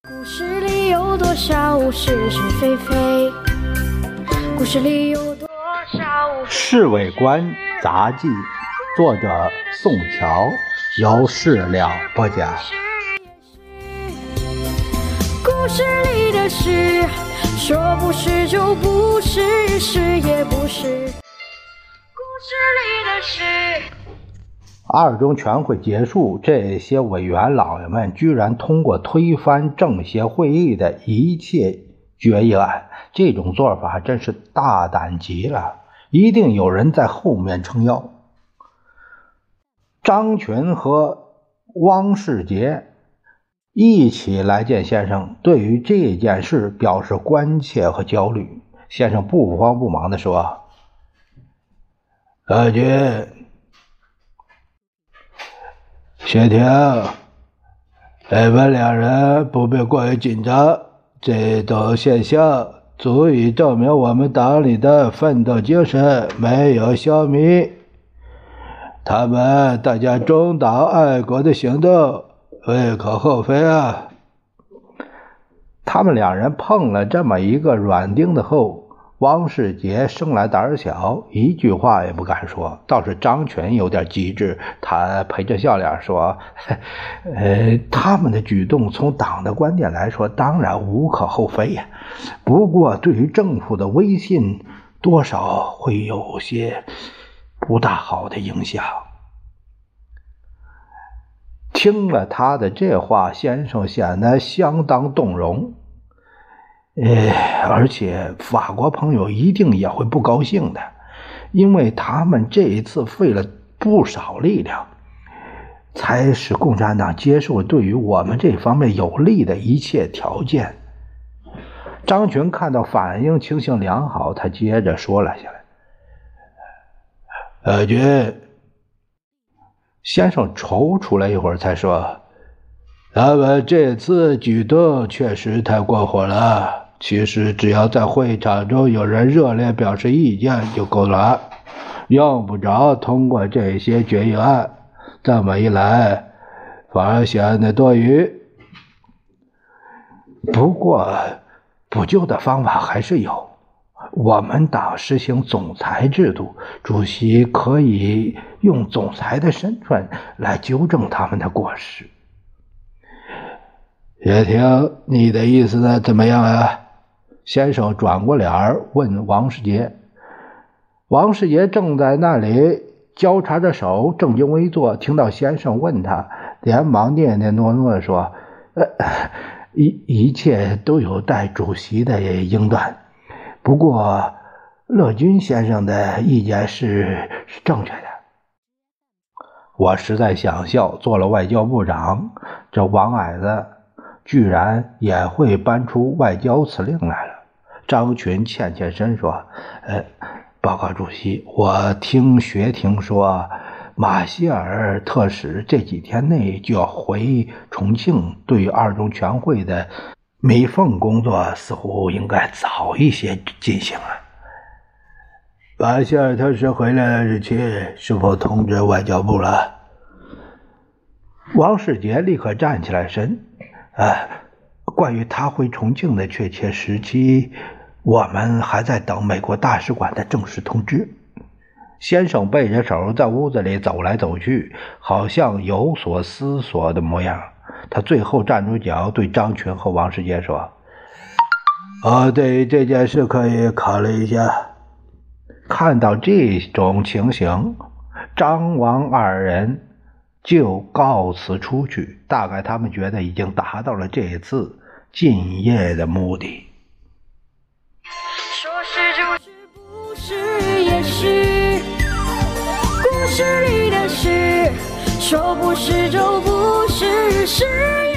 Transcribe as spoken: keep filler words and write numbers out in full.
故事里有多少是是非非？故事里有多少侍卫官杂记，作者宋乔，由事了播讲。 故事里的事，说不是就不是，是也不是。故事里的事。 二中全会结束，这些委员老爷们居然通过推翻政协会议的一切决议案，这种做法真是大胆极了，一定有人在后面撑腰。张群和汪世杰一起来见先生，对于这件事表示关切和焦虑。先生不慌不忙地说：大军，谢霆，你们两人不必过于紧张，这种现象足以证明我们党里的奋斗精神没有消弭，他们大家忠党爱国的行动无可厚非啊。他们两人碰了这么一个软钉子后，汪世杰生来胆小，一句话也不敢说。倒是张全有点机智，他陪着笑脸说：呃，他们的举动从党的观点来说当然无可厚非呀，不过对于政府的威信多少会有些不大好的影响。听了他的这话，先生显得相当动容。呃，而且法国朋友一定也会不高兴的，因为他们这一次费了不少力量，才使共产党接受对于我们这方面有利的一切条件。张群看到反应情形良好，他接着说了下来：呃，军先生踌躇了一会儿才说：他们这次举动确实太过火了，其实只要在会场中有人热烈表示意见就够了，用不着通过这些决议案，这么一来反而显得多余。不过补救的方法还是有，我们党实行总裁制度，主席可以用总裁的身份来纠正他们的过失。叶挺，你的意思呢？怎么样啊？先生转过脸问王世杰。王世杰正在那里交叉着手，正襟危坐，听到先生问他，连忙念念诺诺地说：呃，一一切都有待主席的应断，不过乐军先生的意见是是正确的。我实在想笑，做了外交部长，这王矮子居然也会搬出外交辞令来了。张群欠欠身说：呃，报告主席，我听学庭说马歇尔特使这几天内就要回重庆，对于二中全会的密缝工作似乎应该早一些进行啊。马歇尔特使回来的日期是否通知外交部了？王世杰立刻站起来身呃，关于他回重庆的确切时期，我们还在等美国大使馆的正式通知。先生背着手在屋子里走来走去，好像有所思索的模样。他最后站住脚，对张群和王世杰说：哦，对于这件事可以考虑一下。看到这种情形，张王二人就告辞出去，大概他们觉得已经达到了这一次敬业的目的。 说是就是，不是也是，故事里的事，说不是就不是，是